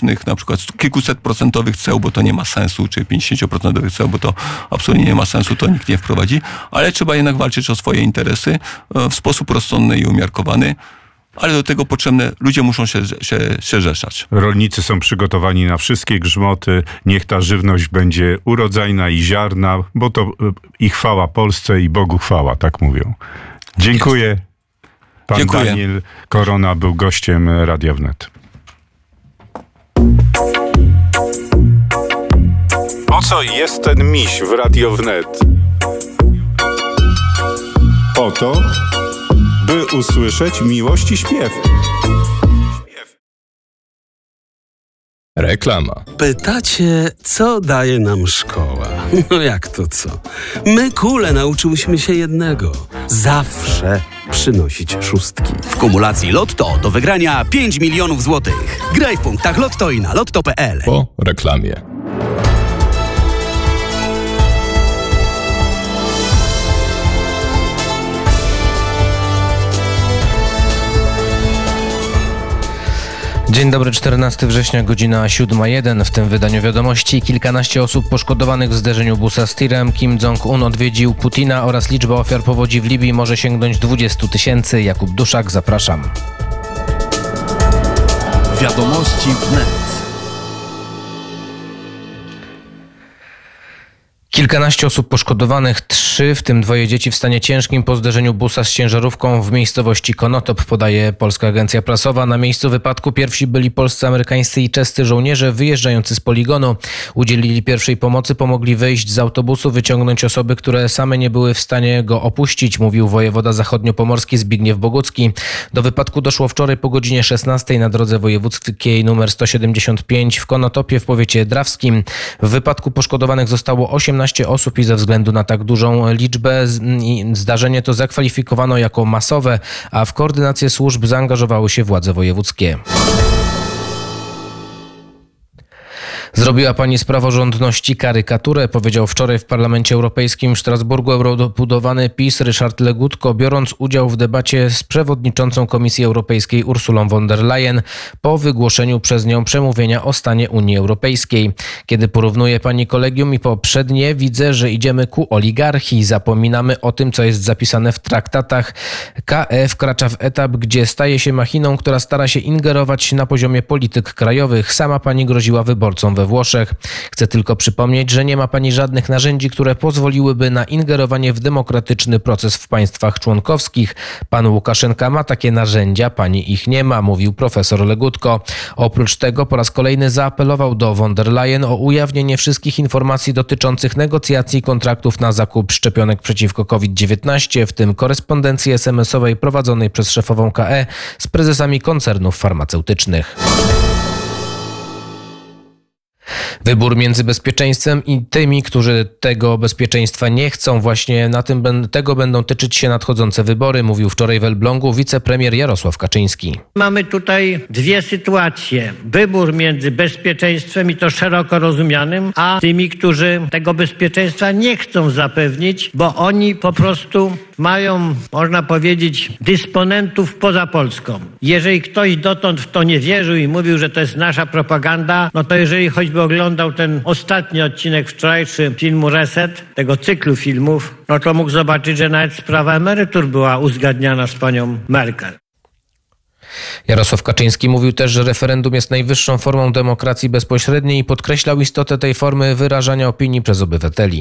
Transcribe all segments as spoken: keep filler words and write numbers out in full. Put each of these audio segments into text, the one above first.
drastycznych, na przykład kilkuset procentowych ceł, bo to nie ma sensu, czy pięćdziesięcioprocentowych ceł, bo to absolutnie nie ma sensu, to nikt nie wprowadzi, ale trzeba jednak walczyć o swoje interesy w sposób rozsądny i umiarkowany. Ale do tego potrzebne, ludzie muszą się, się, się rzeszać. Rolnicy są przygotowani na wszystkie grzmoty. Niech ta żywność będzie urodzajna i ziarna, bo to i chwała Polsce i Bogu chwała, tak mówią. Dziękuję. Pan Dziękuję. Daniel Korona był gościem Radia Wnet. Po co jest ten miś w Radio Wnet? Po to, by usłyszeć miłość i śpiew. Reklama. Pytacie, co daje nam szkoła? No jak to co? My, kule, nauczyłyśmy się jednego. Zawsze przynosić szóstki. W kumulacji Lotto do wygrania pięć milionów złotych. Graj w punktach Lotto i na lotto kropka p l. Po reklamie. Dzień dobry, czternastego września, godzina siódma jeden. W tym wydaniu wiadomości kilkanaście osób poszkodowanych w zderzeniu busa z tirem. Kim Jong-un odwiedził Putina oraz liczba ofiar powodzi w Libii może sięgnąć dwudziestu tysięcy. Jakub Duszak, zapraszam. Wiadomości wnet. Kilkanaście osób poszkodowanych, trzy, w tym dwoje dzieci w stanie ciężkim po zderzeniu busa z ciężarówką w miejscowości Konotop, podaje Polska Agencja Prasowa. Na miejscu wypadku pierwsi byli polscy, amerykańscy i czescy żołnierze wyjeżdżający z poligonu. Udzielili pierwszej pomocy, pomogli wyjść z autobusu, wyciągnąć osoby, które same nie były w stanie go opuścić, mówił wojewoda zachodniopomorski Zbigniew Bogucki. Do wypadku doszło wczoraj po godzinie szesnastej na drodze wojewódzkiej nr sto siedemdziesiąt pięć w Konotopie w powiecie drawskim. W wypadku poszkodowanych zostało osiemnaście osób i ze względu na tak dużą liczbę zdarzenie to zakwalifikowano jako masowe, a w koordynację służb zaangażowały się władze wojewódzkie. Zrobiła pani z praworządności karykaturę, powiedział wczoraj w Parlamencie Europejskim w Strasburgu eurodeputowany PiS Ryszard Legutko, biorąc udział w debacie z przewodniczącą Komisji Europejskiej Ursulą von der Leyen po wygłoszeniu przez nią przemówienia o stanie Unii Europejskiej. Kiedy porównuje pani kolegium i poprzednie, widzę, że idziemy ku oligarchii. Zapominamy o tym, co jest zapisane w traktatach. K E wkracza w etap, gdzie staje się machiną, która stara się ingerować na poziomie polityk krajowych. Sama pani groziła wyborcom we Włoszech. Chcę tylko przypomnieć, że nie ma pani żadnych narzędzi, które pozwoliłyby na ingerowanie w demokratyczny proces w państwach członkowskich. Pan Łukaszenka ma takie narzędzia, pani ich nie ma, mówił profesor Legutko. Oprócz tego po raz kolejny zaapelował do von der Leyen o ujawnienie wszystkich informacji dotyczących negocjacji kontraktów na zakup szczepionek przeciwko COVID dziewiętnaście, w tym korespondencji es em esowej prowadzonej przez szefową K E z prezesami koncernów farmaceutycznych. Wybór między bezpieczeństwem i tymi, którzy tego bezpieczeństwa nie chcą, właśnie na tym tego będą tyczyć się nadchodzące wybory, mówił wczoraj w Elblągu wicepremier Jarosław Kaczyński. Mamy tutaj dwie sytuacje. Wybór między bezpieczeństwem i to szeroko rozumianym, a tymi, którzy tego bezpieczeństwa nie chcą zapewnić, bo oni po prostu mają, można powiedzieć, dysponentów poza Polską. Jeżeli ktoś dotąd w to nie wierzył i mówił, że to jest nasza propaganda, no to jeżeli choćby oglądał ten ostatni odcinek wczorajszy filmu Reset, tego cyklu filmów, no to mógł zobaczyć, że nawet sprawa emerytur była uzgadniana z panią Merkel. Jarosław Kaczyński mówił też, że referendum jest najwyższą formą demokracji bezpośredniej i podkreślał istotę tej formy wyrażania opinii przez obywateli.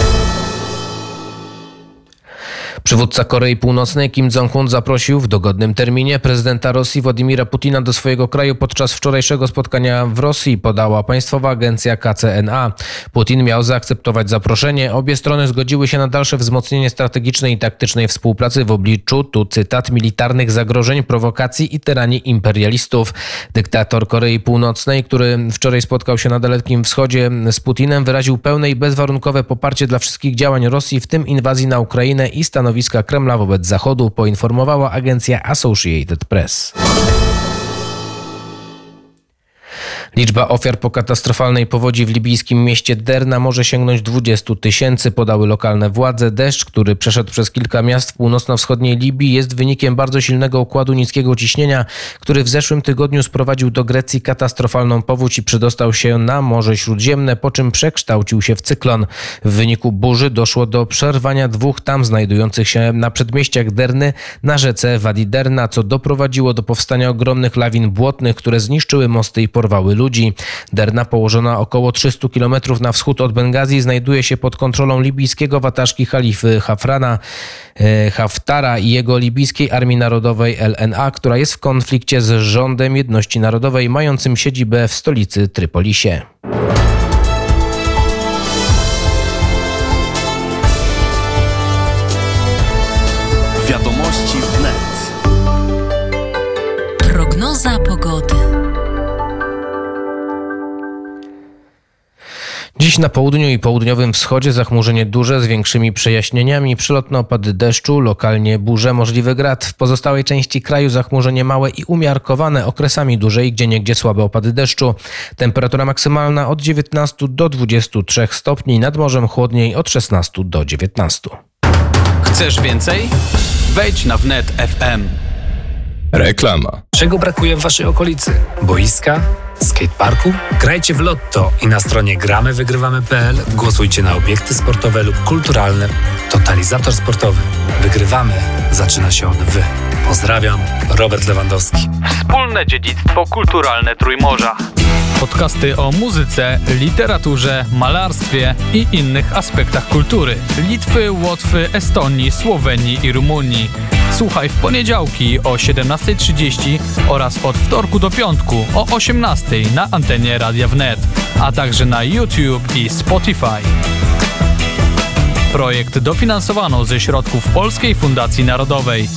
Przywódca Korei Północnej Kim Jong-un zaprosił w dogodnym terminie prezydenta Rosji Władimira Putina do swojego kraju podczas wczorajszego spotkania w Rosji, podała państwowa agencja K C N A. Putin miał zaakceptować zaproszenie. Obie strony zgodziły się na dalsze wzmocnienie strategicznej i taktycznej współpracy w obliczu, tu cytat, militarnych zagrożeń, prowokacji i tyranii imperialistów. Dyktator Korei Północnej, który wczoraj spotkał się na Dalekim Wschodzie z Putinem, wyraził pełne i bezwarunkowe poparcie dla wszystkich działań Rosji, w tym inwazji na Ukrainę i stanowiska Kremla wobec Zachodu, poinformowała agencja Associated Press. Liczba ofiar po katastrofalnej powodzi w libijskim mieście Derna może sięgnąć dwudziestu tysięcy, podały lokalne władze. Deszcz, który przeszedł przez kilka miast w północno-wschodniej Libii, jest wynikiem bardzo silnego układu niskiego ciśnienia, który w zeszłym tygodniu sprowadził do Grecji katastrofalną powódź i przedostał się na Morze Śródziemne, po czym przekształcił się w cyklon. W wyniku burzy doszło do przerwania dwóch tam znajdujących się na przedmieściach Derny na rzece Wadi Derna, co doprowadziło do powstania ogromnych lawin błotnych, które zniszczyły mosty i porwały ludzi. Derna, położona około trzysta kilometrów na wschód od Bengazji, znajduje się pod kontrolą libijskiego wataszki Halify Hafrana e, Haftara i jego libijskiej Armii Narodowej L N A, która jest w konflikcie z rządem jedności narodowej mającym siedzibę w stolicy Trypolisie. Wiadomości wnet. Prognoza pogody. Dziś na południu i południowym wschodzie zachmurzenie duże z większymi przejaśnieniami, przelotne opady deszczu, lokalnie burze, możliwy grad. W pozostałej części kraju zachmurzenie małe i umiarkowane, okresami duże i gdzieniegdzie słabe opady deszczu. Temperatura maksymalna od dziewiętnastu do dwudziestu trzech stopni, nad morzem chłodniej od szesnastu do dziewiętnastu. Chcesz więcej? Wejdź na wnet kropka f m. Reklama. Czego brakuje w waszej okolicy? Boiska? Skateparku? Grajcie w Lotto i na stronie gramy wygrywamy kropka p l głosujcie na obiekty sportowe lub kulturalne. Totalizator sportowy. Wygrywamy zaczyna się od wy. Pozdrawiam, Robert Lewandowski. Wspólne dziedzictwo kulturalne Trójmorza. Podcasty o muzyce, literaturze, malarstwie i innych aspektach kultury. Litwy, Łotwy, Estonii, Słowenii i Rumunii. Słuchaj w poniedziałki o siedemnasta trzydzieści oraz od wtorku do piątku o osiemnasta na antenie Radia Wnet, a także na YouTube i Spotify. Projekt dofinansowano ze środków Polskiej Fundacji Narodowej.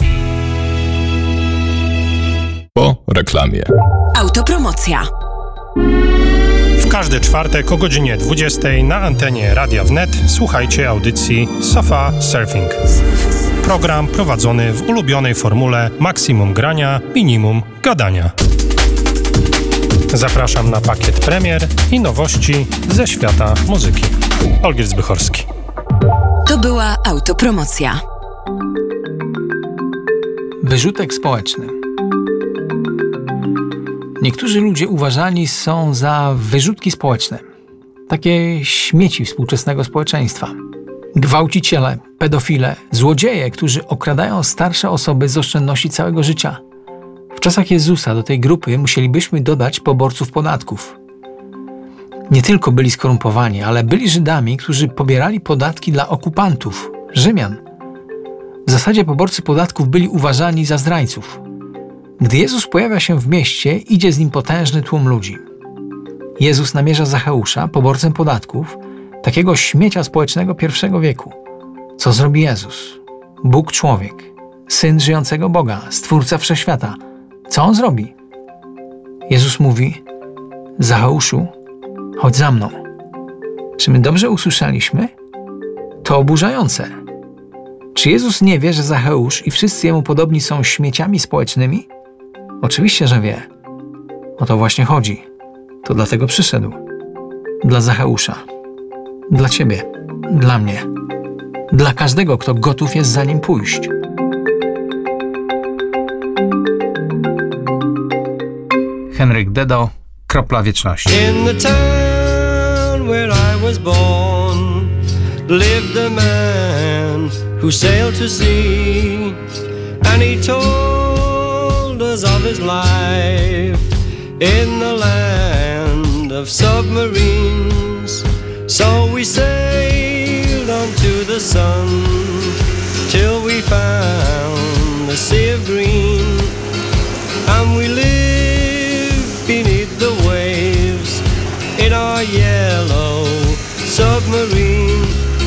Po reklamie. Autopromocja. W każdy czwartek o godzinie dwudziestej na antenie Radia Wnet słuchajcie audycji Sofa Surfing. Program prowadzony w ulubionej formule maksimum grania, minimum gadania. Zapraszam na pakiet premier i nowości ze świata muzyki. Olgierd Zbychorski. To była autopromocja. Wyrzutek społeczny. Niektórzy ludzie uważani są za wyrzutki społeczne. Takie śmieci współczesnego społeczeństwa. Gwałciciele, pedofile, złodzieje, którzy okradają starsze osoby z oszczędności całego życia. W czasach Jezusa do tej grupy musielibyśmy dodać poborców podatków. Nie tylko byli skorumpowani, ale byli Żydami, którzy pobierali podatki dla okupantów, Rzymian. W zasadzie poborcy podatków byli uważani za zdrajców. Gdy Jezus pojawia się w mieście, idzie z nim potężny tłum ludzi. Jezus namierza Zacheusza, poborcę podatków, takiego śmiecia społecznego pierwszego wieku. Co zrobi Jezus? Bóg człowiek, Syn żyjącego Boga, Stwórca Wszechświata. Co On zrobi? Jezus mówi: Zacheuszu, chodź za mną. Czy my dobrze usłyszeliśmy? To oburzające. Czy Jezus nie wie, że Zacheusz i wszyscy Jemu podobni są śmieciami społecznymi? Oczywiście, że wie. O to właśnie chodzi. To dlatego przyszedł. Dla Zacheusza. Dla ciebie. Dla mnie. Dla każdego, kto gotów jest za nim pójść. Henryk Dedo, Kropla Wieczności. In the town where I was born lived a man who sailed to sea, and he told us of his life in the land of submarines. So we sailed on to the sun till we found the sea of green, and we lived beneath the waves in our yellow submarine.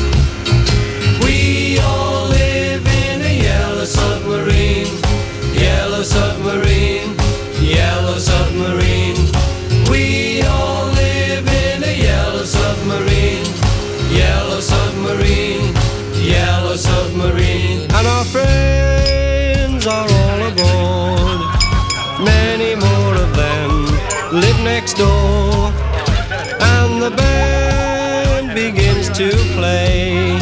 We all live in a yellow submarine, yellow submarine, yellow submarine. We all live in a yellow submarine, yellow submarine, yellow submarine. And our friends are all aboard, many more of them live next door. to play.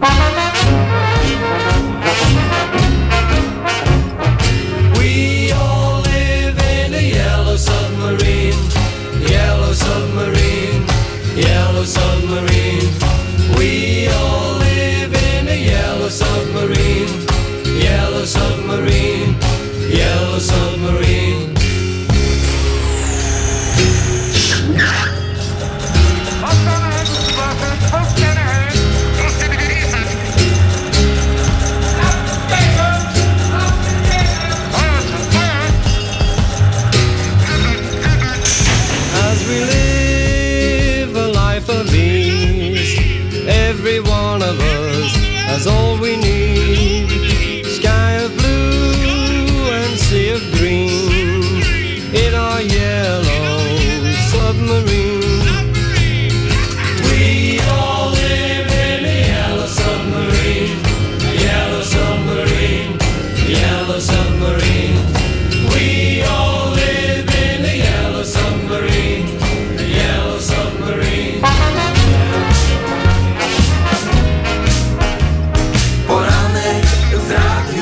We all live in a yellow submarine, yellow submarine, yellow submarine. We all live in a yellow submarine, yellow submarine, yellow submarine. As we live a life of ease, every one of us has all we need. Sky of blue and sea of green in our yellow submarine. We all live in a yellow submarine, yellow submarine, yellow submarine. We all live in a yellow submarine, yellow submarine. Poranek w Radiu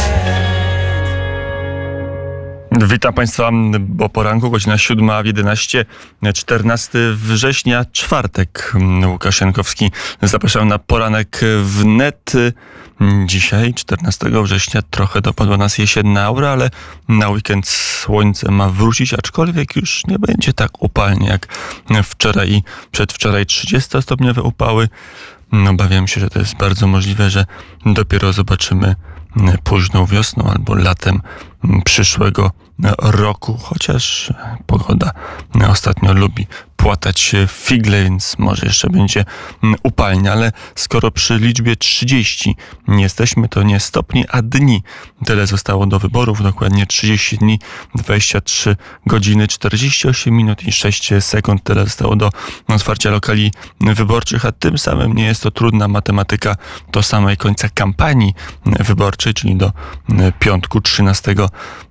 Witam Państwa o poranku, godzina siódma jedenaście, czternastego września, czwartek. Łukasz Jankowski, zapraszam na poranek w net. Dzisiaj, czternastego września, trochę dopadła nas jesienna aura, ale na weekend słońce ma wrócić, aczkolwiek już nie będzie tak upalnie jak wczoraj i przedwczoraj. trzydziestostopniowe upały. Obawiam się, że to jest bardzo możliwe, że dopiero zobaczymy późną wiosną albo latem przyszłego roku, chociaż pogoda ostatnio lubi płatać figle, więc może jeszcze będzie upalnie, ale skoro przy liczbie trzydzieści nie jesteśmy, to nie stopni, a dni. Tyle zostało do wyborów, dokładnie trzydzieści dni, dwadzieścia trzy godziny, czterdzieści osiem minut i sześć sekund. Tyle zostało do otwarcia lokali wyborczych, a tym samym nie jest to trudna matematyka do samej końca kampanii wyborczej, czyli do piątku trzynastego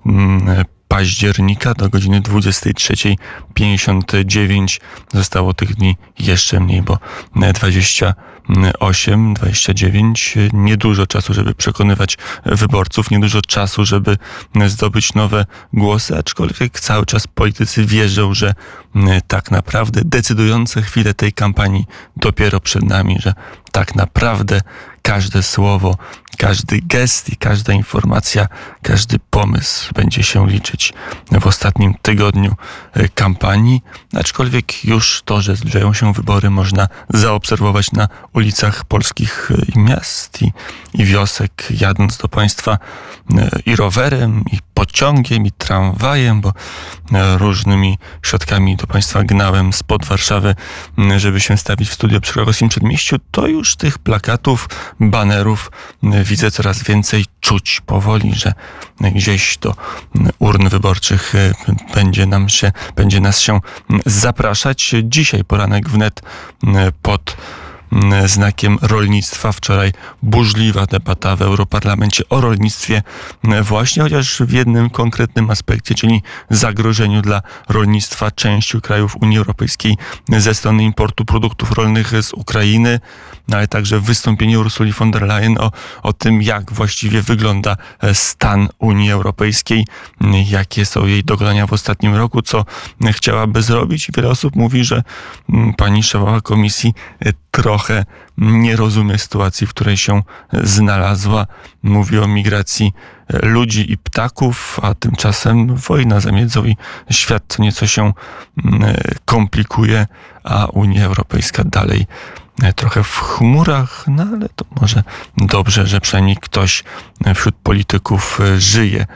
października do godziny dwudziestej trzeciej pięćdziesiąt dziewięć. Zostało tych dni jeszcze mniej, bo dwadzieścia osiem, dwadzieścia dziewięć. Niedużo czasu, żeby przekonywać wyborców, niedużo czasu, żeby zdobyć nowe głosy, aczkolwiek cały czas politycy wierzą, że tak naprawdę decydujące chwile tej kampanii dopiero przed nami, że tak naprawdę każde słowo, każdy gest i każda informacja, każdy pomysł będzie się liczyć w ostatnim tygodniu kampanii. Aczkolwiek już to, że zbliżają się wybory, można zaobserwować na ulicach polskich miast i, i wiosek, jadąc do Państwa i rowerem, i pociągiem, i tramwajem, bo różnymi środkami do Państwa gnałem spod Warszawy, żeby się stawić w studio przy Krakowskim Przedmieściu. To już tych plakatów, banerów widzę coraz więcej, czuć powoli, że gdzieś do urn wyborczych będzie nam się, będzie nas się zapraszać. Dzisiaj poranek wnet pod znakiem rolnictwa. Wczoraj burzliwa debata w Europarlamencie o rolnictwie właśnie, chociaż w jednym konkretnym aspekcie, czyli zagrożeniu dla rolnictwa części krajów Unii Europejskiej ze strony importu produktów rolnych z Ukrainy, ale także wystąpienie Ursuli von der Leyen o, o tym, jak właściwie wygląda stan Unii Europejskiej, jakie są jej dokonania w ostatnim roku, co chciałaby zrobić. I wiele osób mówi, że pani szefowa komisji trochę nie rozumie sytuacji, w której się znalazła. Mówi o migracji ludzi i ptaków, a tymczasem wojna za miedzą i świat co nieco się komplikuje, a Unia Europejska dalej trochę w chmurach, no ale to może dobrze, że przynajmniej ktoś wśród polityków żyje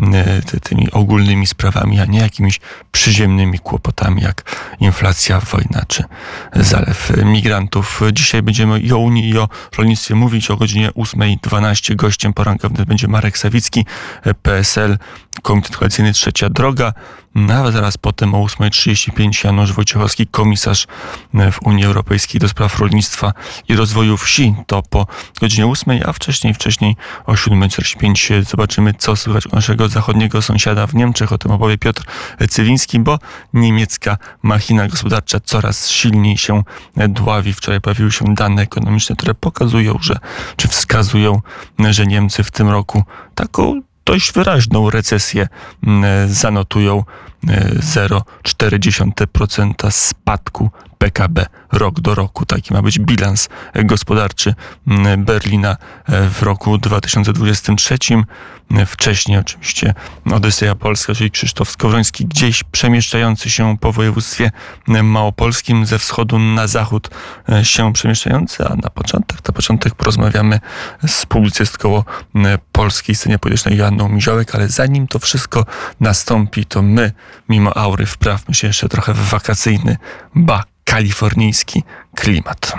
tymi ogólnymi sprawami, a nie jakimiś przyziemnymi kłopotami jak inflacja, wojna czy zalew migrantów. Dzisiaj będziemy i o Unii, i o rolnictwie mówić o godzinie ósmej dwanaście. Gościem poranka wnet będzie Marek Sawicki, P S L, Komitet Koalicyjny Trzecia Droga. Nawet zaraz potem o ósma trzydzieści pięć Janusz Wojciechowski, komisarz w Unii Europejskiej do spraw rolnictwa i rozwoju wsi. To po godzinie ósmej, a wcześniej, wcześniej o siódma czterdzieści pięć zobaczymy, co słychać u naszego zachodniego sąsiada w Niemczech. O tym opowie Piotr Cywiński, bo niemiecka machina gospodarcza coraz silniej się dławi. Wczoraj pojawiły się dane ekonomiczne, które pokazują, że, czy wskazują, że Niemcy w tym roku taką dość wyraźną recesję zanotują. zero przecinek cztery procent spadku P K B rok do roku. Taki ma być bilans gospodarczy Berlina w roku dwa tysiące dwudziestym trzecim. Wcześniej oczywiście Odyseja Polska, czyli Krzysztof Skowroński, gdzieś przemieszczający się po województwie małopolskim, ze wschodu na zachód się przemieszczający, a na początek, na początek porozmawiamy z publicystką o polskiej scenie politycznej Joanną Miziołek, ale zanim to wszystko nastąpi, to my, mimo aury, wprawmy się jeszcze trochę w wakacyjny, ba, kalifornijski klimat.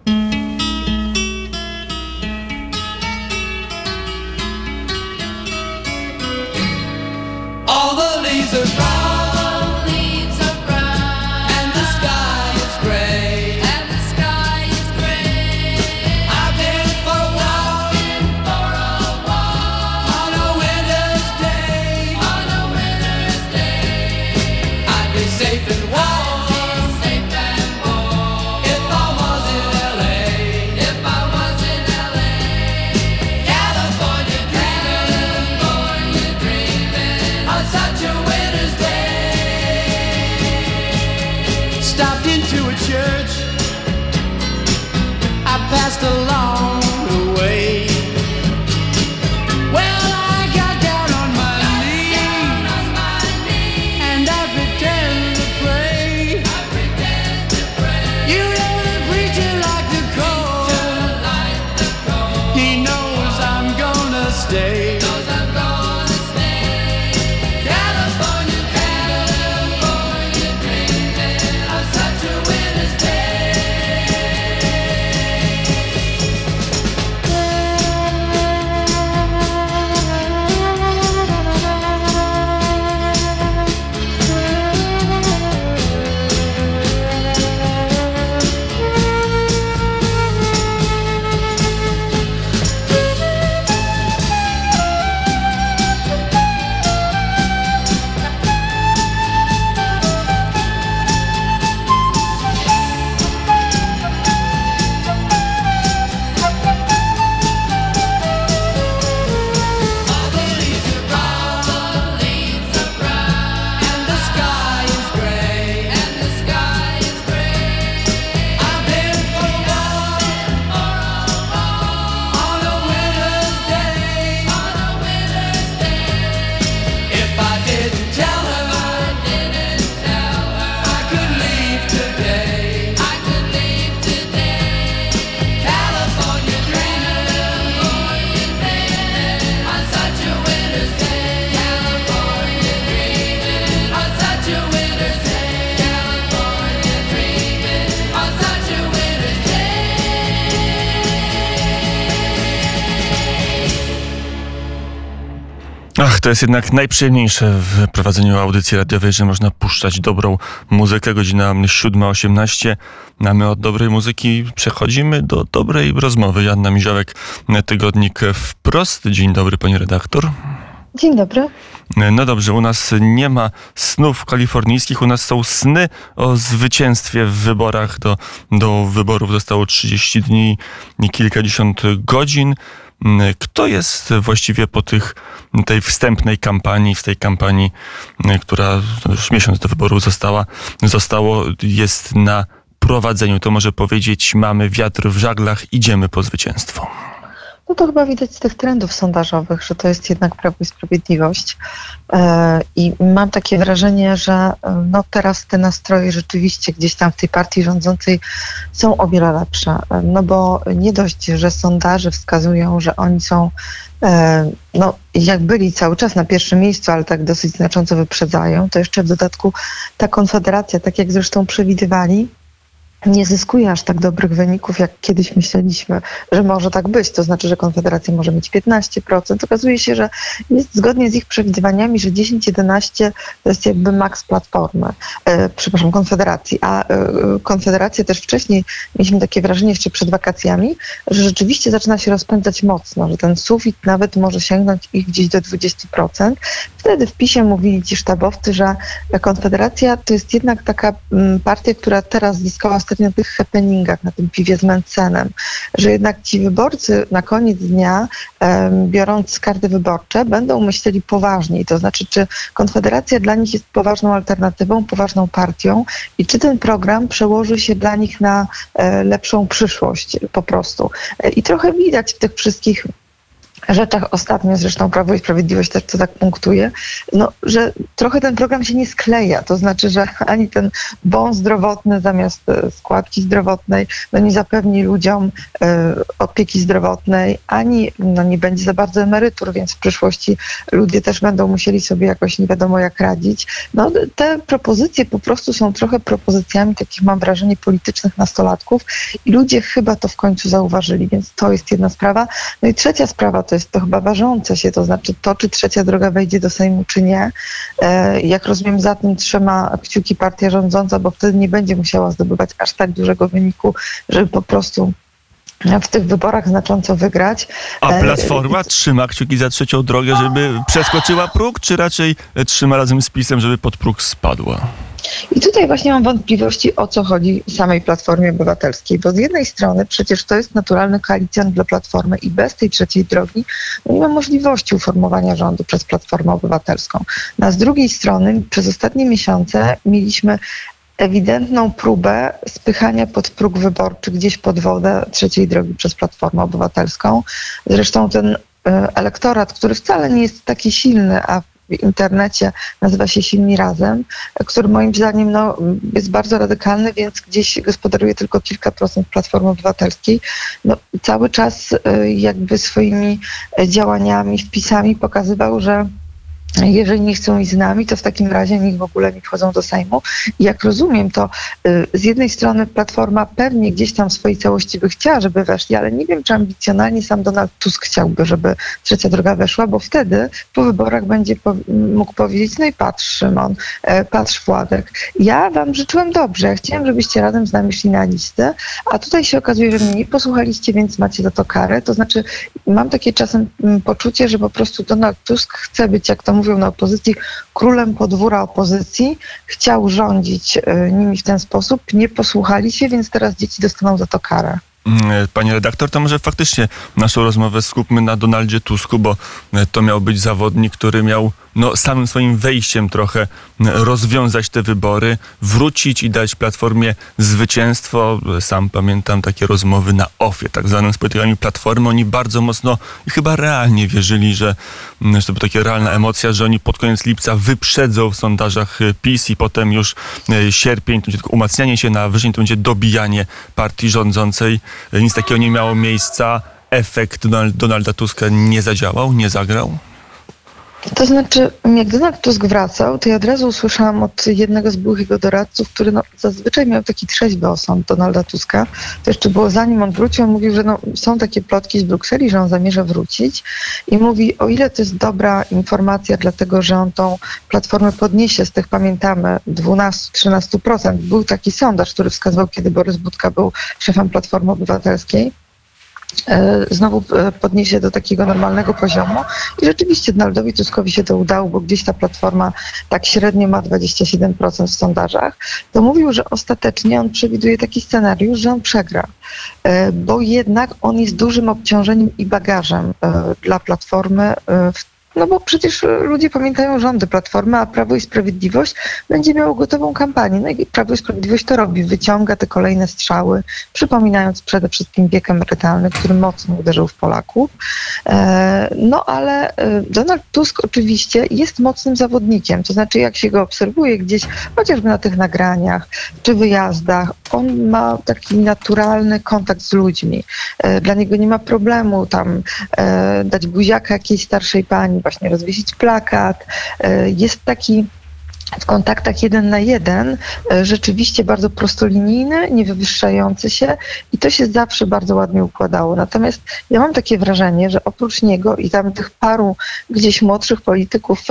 All the leaves are brown, leaves are brown, and the sky is gray, and the sky is gray. I've been for a walk, for a walk, on a winter's day, on a winter's day. I'd be safe and warm, safe and warm, if I was in L A, if I was in L A. California dreaming, California dreaming, on such a winter's day. Stopped into a church, I passed along the way. Well, I got down on my knees, and I pretend to pray. You know the preacher like the cold, he knows I'm gonna stay. California, California dreaming of such a winter's day. Ach, to jest jednak najprzyjemniejsze w prowadzeniu audycji radiowej, że można puszczać dobrą muzykę. Godzina siódma osiemnaście. A my od dobrej muzyki przechodzimy do dobrej rozmowy. Joanna Miziołek, tygodnik Wprost. Dzień dobry, pani redaktor. Dzień dobry. No dobrze, u nas nie ma snów kalifornijskich, u nas są sny o zwycięstwie w wyborach. Do, do wyborów zostało trzydzieści dni i kilkadziesiąt godzin. Kto jest właściwie po tych, tej wstępnej kampanii, w tej kampanii, która już miesiąc do wyborów została, zostało, jest na prowadzeniu? To może powiedzieć, mamy wiatr w żaglach, idziemy po zwycięstwo. No to chyba widać z tych trendów sondażowych, że to jest jednak Prawo i Sprawiedliwość. I mam takie wrażenie, że no teraz te nastroje rzeczywiście gdzieś tam w tej partii rządzącej są o wiele lepsze. No bo nie dość, że sondaże wskazują, że oni są, no jak byli cały czas na pierwszym miejscu, ale tak dosyć znacząco wyprzedzają, to jeszcze w dodatku ta Konfederacja, tak jak zresztą przewidywali, nie zyskuje aż tak dobrych wyników, jak kiedyś myśleliśmy, że może tak być. To znaczy, że Konfederacja może mieć piętnaście procent. Okazuje się, że jest zgodnie z ich przewidywaniami, że dziesięć jedenaście to jest jakby maks Platformy, e, przepraszam, Konfederacji. A e, Konfederacja też wcześniej, mieliśmy takie wrażenie jeszcze przed wakacjami, że rzeczywiście zaczyna się rozpędzać mocno, że ten sufit nawet może sięgnąć ich gdzieś do dwadzieścia procent. Wtedy w PiSie mówili ci sztabowcy, że Konfederacja to jest jednak taka m, partia, która teraz zyskała na tych happeningach, na tym piwie z Mencenem, że jednak ci wyborcy na koniec dnia, um, biorąc karty wyborcze, będą myśleli poważniej. To znaczy, czy Konfederacja dla nich jest poważną alternatywą, poważną partią i czy ten program przełoży się dla nich na e, lepszą przyszłość po prostu. E, I trochę widać w tych wszystkich rzeczach ostatnio, zresztą Prawo i Sprawiedliwość też to tak punktuje, no, że trochę ten program się nie skleja. To znaczy, że ani ten bon zdrowotny zamiast składki zdrowotnej no, nie zapewni ludziom e, opieki zdrowotnej, ani no, nie będzie za bardzo emerytur, więc w przyszłości ludzie też będą musieli sobie jakoś nie wiadomo jak radzić. No, te propozycje po prostu są trochę propozycjami takich, mam wrażenie, politycznych nastolatków i ludzie chyba to w końcu zauważyli, więc to jest jedna sprawa. No i trzecia sprawa to jest to chyba ważące się, to znaczy to, czy trzecia droga wejdzie do Sejmu, czy nie. E, jak rozumiem, za tym trzyma kciuki partia rządząca, bo wtedy nie będzie musiała zdobywać aż tak dużego wyniku, żeby po prostu w tych wyborach znacząco wygrać. A Platforma trzyma kciuki za trzecią drogę, żeby przeskoczyła próg, czy raczej trzyma razem z PiS-em, żeby pod próg spadła? I tutaj właśnie mam wątpliwości, o co chodzi samej Platformie Obywatelskiej, bo z jednej strony przecież to jest naturalny koalicjant dla Platformy i bez tej trzeciej drogi no nie ma możliwości uformowania rządu przez Platformę Obywatelską. No a z drugiej strony przez ostatnie miesiące mieliśmy ewidentną próbę spychania pod próg wyborczy gdzieś pod wodę trzeciej drogi przez Platformę Obywatelską. Zresztą ten elektorat, który wcale nie jest taki silny, a w internecie nazywa się Silni Razem, który moim zdaniem no, jest bardzo radykalny, więc gdzieś gospodaruje tylko kilka procent Platformy Obywatelskiej. No, cały czas jakby swoimi działaniami, wpisami pokazywał, że jeżeli nie chcą iść z nami, to w takim razie niech w ogóle nie wchodzą do Sejmu. I jak rozumiem, to y, z jednej strony Platforma pewnie gdzieś tam w swojej całości by chciała, żeby weszli, ale nie wiem, czy ambicjonalnie sam Donald Tusk chciałby, żeby trzecia droga weszła, bo wtedy po wyborach będzie po, mógł powiedzieć, no i patrz Szymon, e, patrz Władek. Ja wam życzyłem dobrze, ja chciałem, żebyście razem z nami szli na listę, a tutaj się okazuje, że mnie nie posłuchaliście, więc macie za to karę. To znaczy mam takie czasem m, poczucie, że po prostu Donald Tusk chce być, jak to mówią na opozycji, królem podwóra opozycji, chciał rządzić y, nimi w ten sposób, nie posłuchali się, więc teraz dzieci dostaną za to karę. Panie redaktor, to może faktycznie naszą rozmowę skupmy na Donaldzie Tusku, bo to miał być zawodnik, który miał no, samym swoim wejściem trochę rozwiązać te wybory, wrócić i dać Platformie zwycięstwo. Sam pamiętam takie rozmowy na ofie, tak zwanym z politykami Platformy. Oni bardzo mocno i chyba realnie wierzyli, że, że to była taka realna emocja, że oni pod koniec lipca wyprzedzą w sondażach PiS i potem już sierpień to będzie tylko umacnianie się, na wrzesień to będzie dobijanie partii rządzącej. Nic takiego nie miało miejsca. Efekt Donald, Donalda Tuska nie zadziałał, nie zagrał? To znaczy, jak Donald Tusk wracał, to ja od razu usłyszałam od jednego z byłych jego doradców, który no, zazwyczaj miał taki trzeźwy osąd Donalda Tuska. To jeszcze było zanim on wrócił, on mówił, że no, są takie plotki z Brukseli, że on zamierza wrócić i mówi, o ile to jest dobra informacja, dlatego że on tą Platformę podniesie z tych, pamiętamy, dwanaście do trzynastu procent. Był taki sondaż, który wskazywał, kiedy Borys Budka był szefem Platformy Obywatelskiej. Znowu podniesie do takiego normalnego poziomu i rzeczywiście Donaldowi Tuskowi się to udało, bo gdzieś ta Platforma tak średnio ma dwadzieścia siedem procent w sondażach, to mówił, że ostatecznie on przewiduje taki scenariusz, że on przegra, bo jednak on jest dużym obciążeniem i bagażem dla Platformy w No bo przecież ludzie pamiętają rządy Platformy, a Prawo i Sprawiedliwość będzie miało gotową kampanię. No i Prawo i Sprawiedliwość to robi, wyciąga te kolejne strzały, przypominając przede wszystkim wiek emerytalny, który mocno uderzył w Polaków. No ale Donald Tusk oczywiście jest mocnym zawodnikiem, to znaczy jak się go obserwuje gdzieś, chociażby na tych nagraniach czy wyjazdach, on ma taki naturalny kontakt z ludźmi. Dla niego nie ma problemu tam dać buziaka jakiejś starszej pani, właśnie rozwiesić plakat. Jest taki w kontaktach jeden na jeden e, rzeczywiście bardzo prostolinijny, niewywyższający się i to się zawsze bardzo ładnie układało. Natomiast ja mam takie wrażenie, że oprócz niego i tam tych paru gdzieś młodszych polityków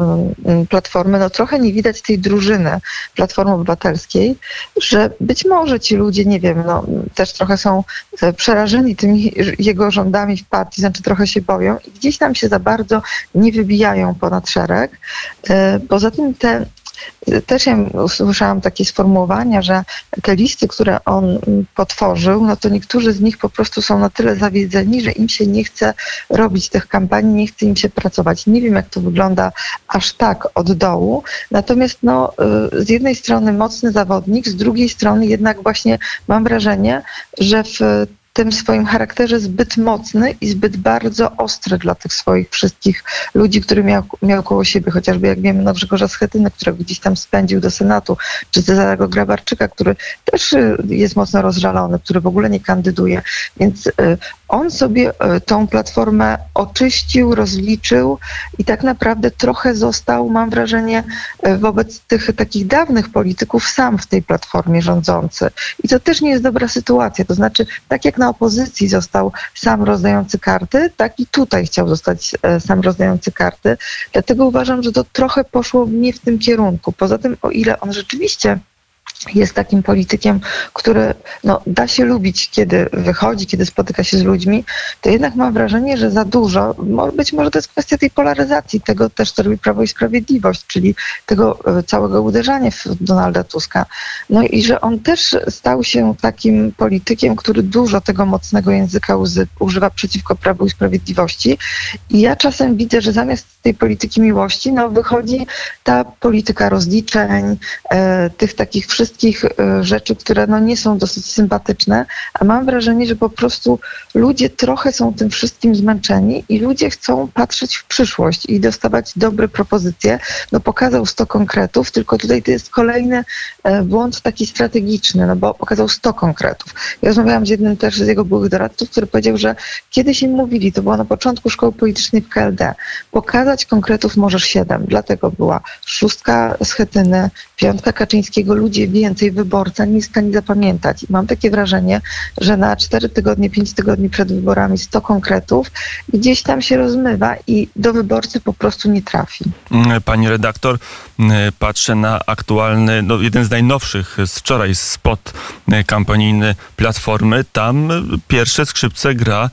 e, Platformy, no trochę nie widać tej drużyny Platformy Obywatelskiej, że być może ci ludzie, nie wiem, no też trochę są e, przerażeni tymi jego rządami w partii, znaczy trochę się boją i gdzieś tam się za bardzo nie wybijają ponad szereg. E, poza tym te Też ja usłyszałam takie sformułowania, że te listy, które on potworzył, no to niektórzy z nich po prostu są na tyle zawiedzeni, że im się nie chce robić tych kampanii, nie chce im się pracować. Nie wiem, jak to wygląda aż tak od dołu. Natomiast no, z jednej strony mocny zawodnik, z drugiej strony jednak właśnie mam wrażenie, że w tym swoim charakterze zbyt mocny i zbyt bardzo ostry dla tych swoich wszystkich ludzi, który miał, miał koło siebie, chociażby jak wiemy no Grzegorza Schetyny, którego gdzieś tam spędził do Senatu, czy Cezarego Grabarczyka, który też jest mocno rozżalony, który w ogóle nie kandyduje. Więc on sobie tą Platformę oczyścił, rozliczył i tak naprawdę trochę został, mam wrażenie, wobec tych takich dawnych polityków sam w tej Platformie rządzący. I to też nie jest dobra sytuacja. To znaczy, tak jak na opozycji został sam rozdający karty, tak i tutaj chciał zostać sam rozdający karty. Dlatego uważam, że to trochę poszło nie w tym kierunku. Poza tym, o ile on rzeczywiście jest takim politykiem, który no, da się lubić, kiedy wychodzi, kiedy spotyka się z ludźmi, to jednak mam wrażenie, że za dużo, być może to jest kwestia tej polaryzacji, tego też, co robi Prawo i Sprawiedliwość, czyli tego całego uderzania w Donalda Tuska. No i że on też stał się takim politykiem, który dużo tego mocnego języka używa przeciwko Prawu i Sprawiedliwości. I ja czasem widzę, że zamiast tej polityki miłości, no wychodzi ta polityka rozliczeń, e, tych takich wszystkich rzeczy, które no nie są dosyć sympatyczne, a mam wrażenie, że po prostu ludzie trochę są tym wszystkim zmęczeni i ludzie chcą patrzeć w przyszłość i dostawać dobre propozycje. No pokazał sto konkretów, tylko tutaj to jest kolejny błąd taki strategiczny, no bo pokazał sto konkretów. Ja rozmawiałam z jednym też z jego byłych doradców, który powiedział, że kiedyś im mówili, to było na początku szkoły politycznej w K L D, pokazać konkretów możesz siedem, dlatego była szóstka Schetyny, piątka Kaczyńskiego, ludzie więcej wyborca nie jest w stanie zapamiętać. I mam takie wrażenie, że na cztery tygodnie, pięć tygodni przed wyborami sto konkretów gdzieś tam się rozmywa i do wyborcy po prostu nie trafi. Pani redaktor, patrzę na aktualny, no jeden z najnowszych z wczoraj spot kampanijny Platformy. Tam pierwsze skrzypce gra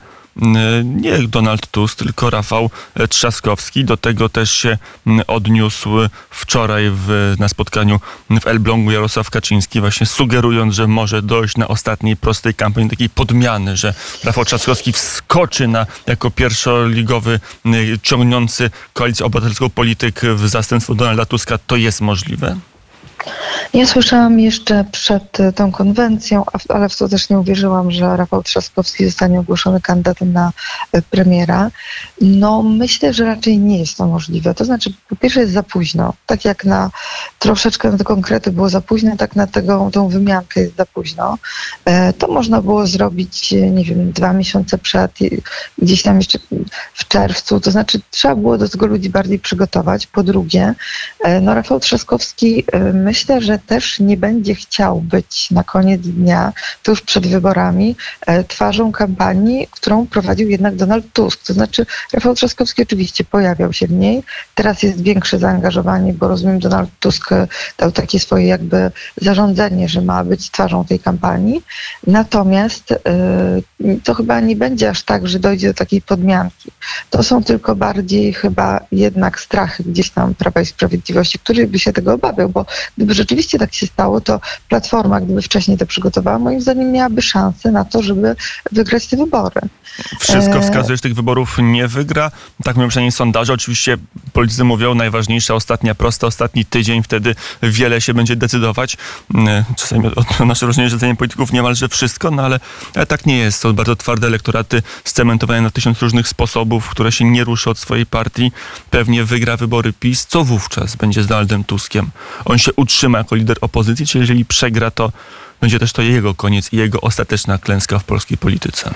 nie Donald Tusk, tylko Rafał Trzaskowski. Do tego też się odniósł wczoraj w, na spotkaniu w Elblągu Jarosław Kaczyński, właśnie sugerując, że może dojść na ostatniej prostej kampanii takiej podmiany, że Rafał Trzaskowski wskoczy na jako pierwszoligowy ciągnący Koalicję Obywatelską polityk w zastępstwo Donalda Tuska. To jest możliwe? Ja słyszałam jeszcze przed tą konwencją, ale w to też nie uwierzyłam, że Rafał Trzaskowski zostanie ogłoszony kandydatem na premiera. No myślę, że raczej nie jest to możliwe. To znaczy, po pierwsze jest za późno. Tak jak na troszeczkę na te konkrety było za późno, tak na tego, tą wymiankę jest za późno. To można było zrobić, nie wiem, dwa miesiące przed, gdzieś tam jeszcze w czerwcu. To znaczy, trzeba było do tego ludzi bardziej przygotować. Po drugie, no Rafał Trzaskowski myślę, że też nie będzie chciał być na koniec dnia, tuż przed wyborami, twarzą kampanii, którą prowadził jednak Donald Tusk. To znaczy Rafał Trzaskowski oczywiście pojawiał się w niej. Teraz jest większe zaangażowanie, bo rozumiem, Donald Tusk dał takie swoje jakby zarządzenie, że ma być twarzą tej kampanii. Natomiast yy, to chyba nie będzie aż tak, że dojdzie do takiej podmianki. To są tylko bardziej chyba jednak strachy gdzieś tam Prawa i Sprawiedliwości, który by się tego obawiał, bo gdyby rzeczywiście tak się stało, to Platforma, gdyby wcześniej to przygotowała, moim zdaniem miałaby szansę na to, żeby wygrać te wybory. Wszystko wskazuje, że tych wyborów nie wygra. Tak mówią przynajmniej sondaże. Oczywiście politycy mówią, najważniejsza ostatnia prosta, ostatni tydzień, wtedy wiele się będzie decydować. Czasami od nasze wrażenie, że zdaniem polityków niemalże wszystko, no ale, ale tak nie jest. Są bardzo twarde elektoraty scementowane na tysiąc różnych sposobów, które się nie ruszy od swojej partii. Pewnie wygra wybory PiS. Co wówczas będzie z Donaldem Tuskiem? On się utrzyma jako lider opozycji, czy jeżeli przegra, to będzie też to jego koniec i jego ostateczna klęska w polskiej polityce?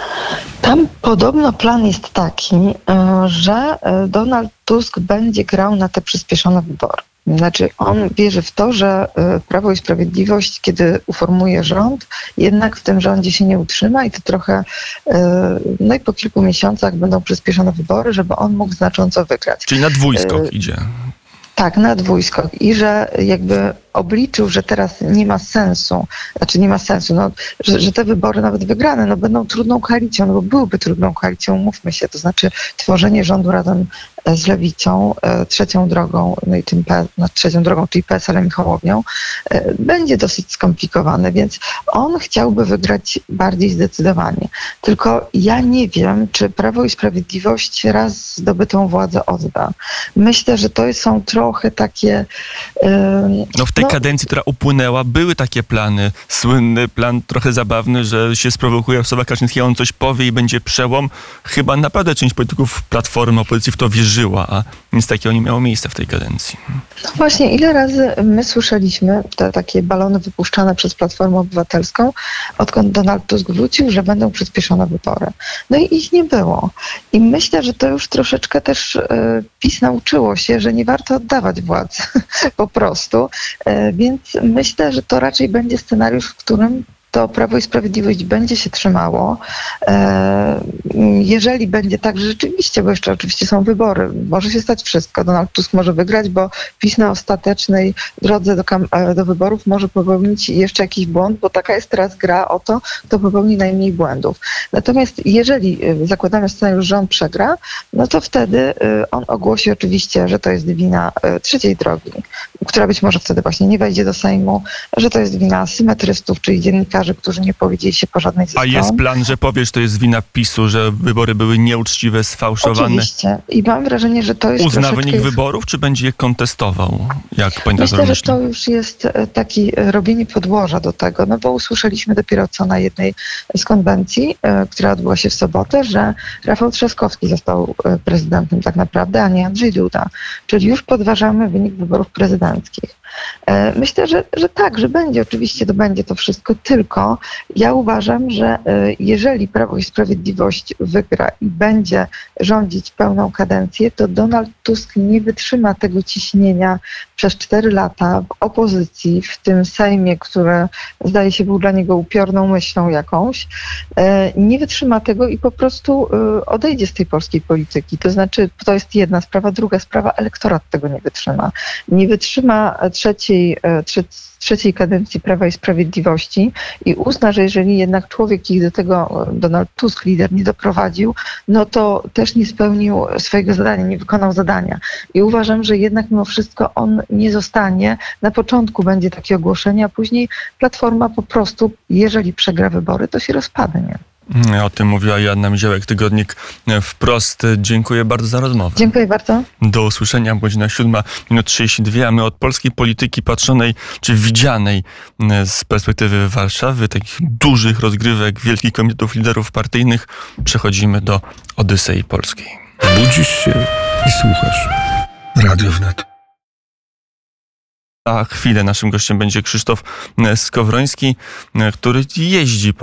Tam podobno plan jest taki, że Donald Tusk będzie grał na te przyspieszone wybory. Znaczy on wierzy w to, że y, Prawo i Sprawiedliwość, kiedy uformuje rząd, jednak w tym rządzie się nie utrzyma i to trochę, y, no i po kilku miesiącach będą przyspieszone wybory, żeby on mógł znacząco wygrać. Czyli na dwójskok Y, idzie. Tak, na dwójskok i że jakby obliczył, że teraz nie ma sensu, znaczy nie ma sensu, no, że, że te wybory nawet wygrane, no będą trudną koalicją, no bo byłyby trudną koalicją, mówmy się, to znaczy tworzenie rządu razem z Lewicą, e, trzecią drogą, no i tym P, no, trzecią drogą, czyli P S L-em i Hołownią, e, będzie dosyć skomplikowane, więc on chciałby wygrać bardziej zdecydowanie. Tylko ja nie wiem, czy Prawo i Sprawiedliwość raz zdobytą władzę odda. Myślę, że to są trochę takie... E, No w tej no, kadencji, która upłynęła, były takie plany. Słynny plan, trochę zabawny, że się sprowokuje Jarosława Kaczyńskiego, on coś powie i będzie przełom. Chyba naprawdę część polityków Platformy, opozycji w to wierzyła, a nic takiego nie miało miejsca w tej kadencji. No właśnie, ile razy my słyszeliśmy te takie balony wypuszczane przez Platformę Obywatelską, odkąd Donald Tusk wrócił, że będą przyspieszone wybory. No i ich nie było. I myślę, że to już troszeczkę też e, PiS nauczyło się, że nie warto oddawać władzy po prostu. E, więc myślę, że to raczej będzie scenariusz, w którym to Prawo i Sprawiedliwość będzie się trzymało. E, jeżeli będzie tak, że rzeczywiście, bo jeszcze oczywiście są wybory, może się stać wszystko. Donald Tusk może wygrać, bo PiS na ostatecznej drodze do, kam- do wyborów może popełnić jeszcze jakiś błąd, bo taka jest teraz gra o to, kto popełni najmniej błędów. Natomiast jeżeli zakładamy scenariusz, że on przegra, no to wtedy on ogłosi oczywiście, że to jest wina trzeciej drogi, która być może wtedy właśnie nie wejdzie do Sejmu, że to jest wina symetrystów, czyli dziennikarzy, którzy nie powiedzieli się po żadnej ze stron. A jest plan, że powiesz, to jest wina PiSu, że wybory były nieuczciwe, sfałszowane? Oczywiście. I mam wrażenie, że to jest Uzna troszeczkę wynik już... wyborów, czy będzie je kontestował? Jak pani Myślę, redaktor że myśli? to już jest e, taki e, robienie podłoża do tego, no bo usłyszeliśmy dopiero co na jednej z konwencji, e, która odbyła się w sobotę, że Rafał Trzaskowski został e, prezydentem tak naprawdę, a nie Andrzej Duda. Czyli już podważamy wynik wyborów prezydenckich. E, Myślę, że, że tak, że będzie, oczywiście to będzie to wszystko, tylko ja uważam, że e, jeżeli Prawo i Sprawiedliwość wygra i będzie rządzić pełną kadencję, to Donald Tusk nie wytrzyma tego ciśnienia przez cztery lata w opozycji, w tym Sejmie, który zdaje się był dla niego upiorną myślą jakąś, e, nie wytrzyma tego i po prostu e, odejdzie z tej polskiej polityki. To znaczy, to jest jedna sprawa, druga sprawa, elektorat tego nie wytrzyma. Nie wytrzyma trzeciej, e, trze- trzeciej kadencji Prawa i Sprawiedliwości i uzna, że jeżeli jednak człowiek ich do tego, Donald Tusk, lider, nie doprowadził, no to też nie spełnił swojego zadania, nie wykonał zadania. I uważam, że jednak mimo wszystko on nie zostanie. Na początku będzie takie ogłoszenie, a później Platforma po prostu, jeżeli przegra wybory, to się rozpadnie. O tym mówiła Joanna Miziołek, Tygodnik Wprost. Dziękuję bardzo za rozmowę. Dziękuję bardzo. Do usłyszenia, godzina siódma minut trzydzieści dwie, a my od polskiej polityki patrzonej czy widzianej z perspektywy Warszawy, takich dużych rozgrywek, wielkich komitetów liderów partyjnych, przechodzimy do Odysei Polskiej. Budzisz się i słuchasz. Radio Wnet. Za chwilę naszym gościem będzie Krzysztof Skowroński, który jeździ po